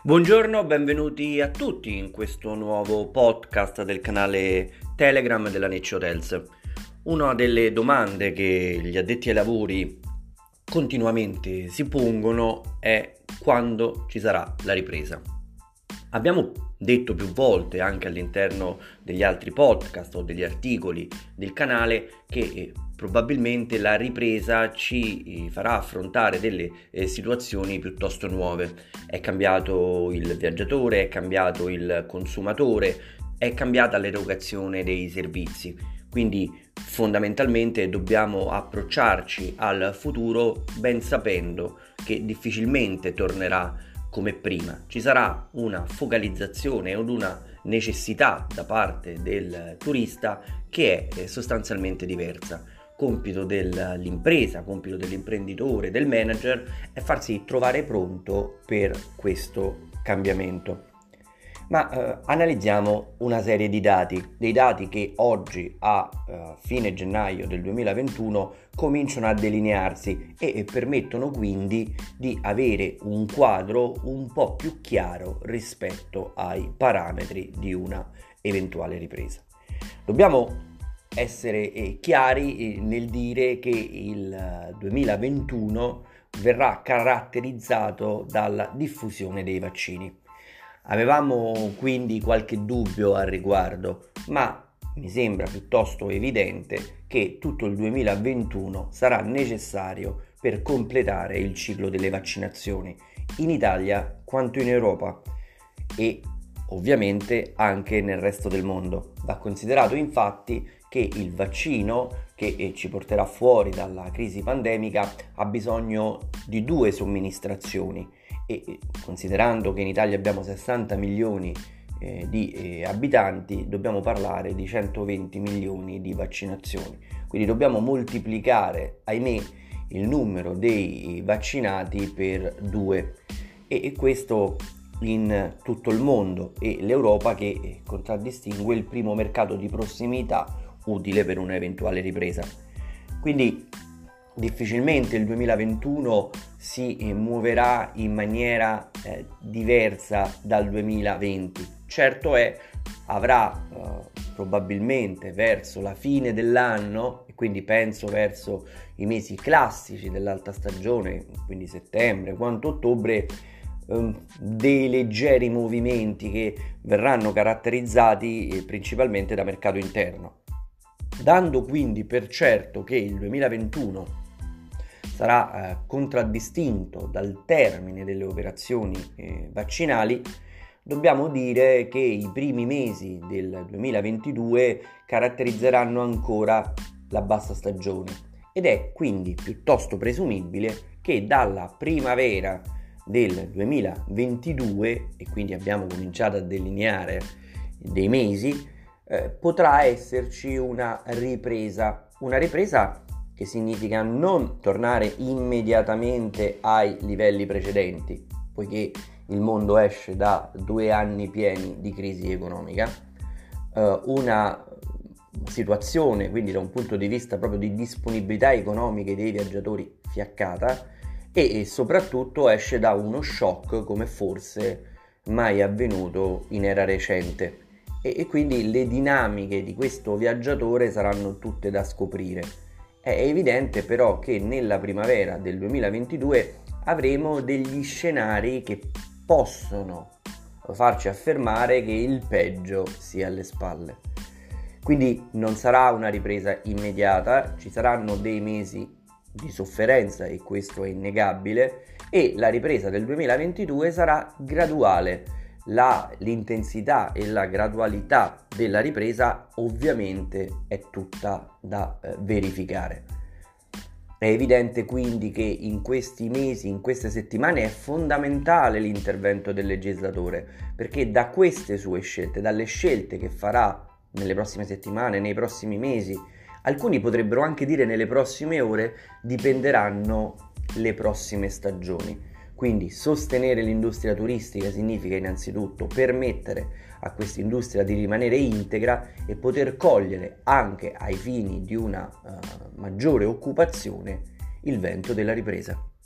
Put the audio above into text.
Buongiorno, benvenuti a tutti in questo nuovo podcast del canale Telegram della Necci Hotels. Una delle domande che gli addetti ai lavori continuamente si pongono è quando ci sarà la ripresa. Abbiamo detto più volte anche all'interno degli altri podcast o degli articoli del canale che probabilmente la ripresa ci farà affrontare delle situazioni piuttosto nuove. È cambiato il viaggiatore, è cambiato il consumatore, è cambiata l'erogazione dei servizi. Quindi fondamentalmente dobbiamo approcciarci al futuro ben sapendo che difficilmente tornerà come prima. Ci sarà una focalizzazione od una necessità da parte del turista che è sostanzialmente diversa. Compito dell'impresa, compito dell'imprenditore, del manager è farsi trovare pronto per questo cambiamento. Ma analizziamo una serie di dati, dei dati che oggi a fine gennaio del 2021 cominciano a delinearsi e permettono quindi di avere un quadro un po' più chiaro rispetto ai parametri di una eventuale ripresa. Dobbiamo essere chiari nel dire che il 2021 verrà caratterizzato dalla diffusione dei vaccini. Avevamo quindi qualche dubbio al riguardo, ma mi sembra piuttosto evidente che tutto il 2021 sarà necessario per completare il ciclo delle vaccinazioni in Italia quanto in Europa e ovviamente anche nel resto del mondo. Va considerato infatti che il vaccino che ci porterà fuori dalla crisi pandemica ha bisogno di 2 somministrazioni e considerando che in Italia abbiamo 60 milioni di abitanti, dobbiamo parlare di 120 milioni di vaccinazioni. Quindi dobbiamo moltiplicare, ahimè, il numero dei vaccinati per 2 e questo in tutto il mondo e l'Europa che contraddistingue il primo mercato di prossimità utile per un'eventuale ripresa. Quindi difficilmente il 2021 si muoverà in maniera diversa dal 2020. Certo è, avrà probabilmente verso la fine dell'anno, e quindi penso verso i mesi classici dell'alta stagione, quindi settembre quanto ottobre, dei leggeri movimenti che verranno caratterizzati principalmente da mercato interno. Dando quindi per certo che il 2021 sarà contraddistinto dal termine delle operazioni vaccinali, dobbiamo dire che i primi mesi del 2022 caratterizzeranno ancora la bassa stagione ed è quindi piuttosto presumibile che dalla primavera del 2022, e quindi abbiamo cominciato a delineare dei mesi, potrà esserci una ripresa che significa non tornare immediatamente ai livelli precedenti, poiché il mondo esce da 2 anni pieni di crisi economica, una situazione quindi da un punto di vista proprio di disponibilità economiche dei viaggiatori fiaccata e soprattutto esce da uno shock come forse mai avvenuto in era recente. E quindi le dinamiche di questo viaggiatore saranno tutte da scoprire. È evidente però che nella primavera del 2022 avremo degli scenari che possono farci affermare che il peggio sia alle spalle. Quindi non sarà una ripresa immediata, ci saranno dei mesi di sofferenza e questo è innegabile e la ripresa del 2022 sarà graduale. L'intensità e la gradualità della ripresa ovviamente è tutta da verificare. È evidente quindi che in questi mesi, in queste settimane è fondamentale l'intervento del legislatore, perché da queste sue scelte, dalle scelte che farà nelle prossime settimane, nei prossimi mesi, alcuni potrebbero anche dire nelle prossime ore, dipenderanno le prossime stagioni. Quindi sostenere l'industria turistica significa innanzitutto permettere a questa industria di rimanere integra e poter cogliere anche ai fini di una maggiore occupazione il vento della ripresa.